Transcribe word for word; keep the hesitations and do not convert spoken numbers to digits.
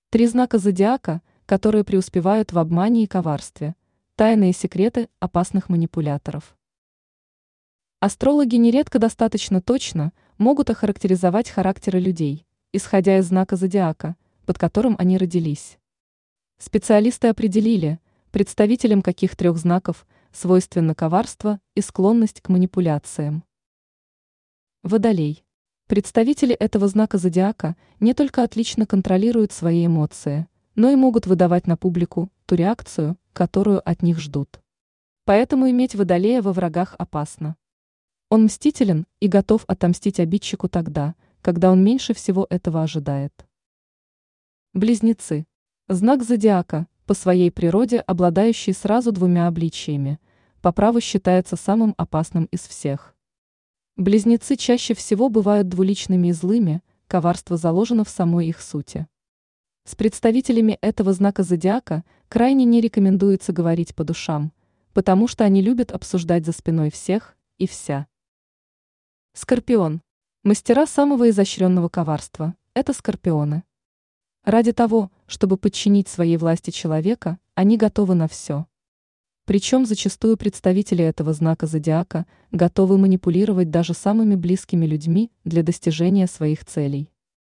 Три знака зодиака, которые преуспевают в обмане и коварстве. Тайные секреты опасных манипуляторов. Астрологи нередко достаточно точно могут охарактеризовать характеры людей, исходя из знака зодиака, под которым они родились. Специалисты определили, представителям каких трех знаков свойственно коварство и склонность к манипуляциям. Водолей. Представители этого знака зодиака не только отлично контролируют свои эмоции, но и могут выдавать на публику ту реакцию, которую от них ждут. Поэтому иметь водолея во врагах опасно. Он мстителен и готов отомстить обидчику тогда, когда он меньше всего этого ожидает. Близнецы. Знак зодиака, по своей природе обладающий сразу двумя обличиями, по праву считается самым опасным из всех. Близнецы чаще всего бывают двуличными и злыми, коварство заложено в самой их сути. С представителями этого знака зодиака крайне не рекомендуется говорить по душам, потому что они любят обсуждать за спиной всех и вся. Скорпион. Мастера самого изощренного коварства – это скорпионы. Ради того, чтобы подчинить своей власти человека, они готовы на все. Причем зачастую представители этого знака зодиака готовы манипулировать даже самыми близкими людьми для достижения своих целей.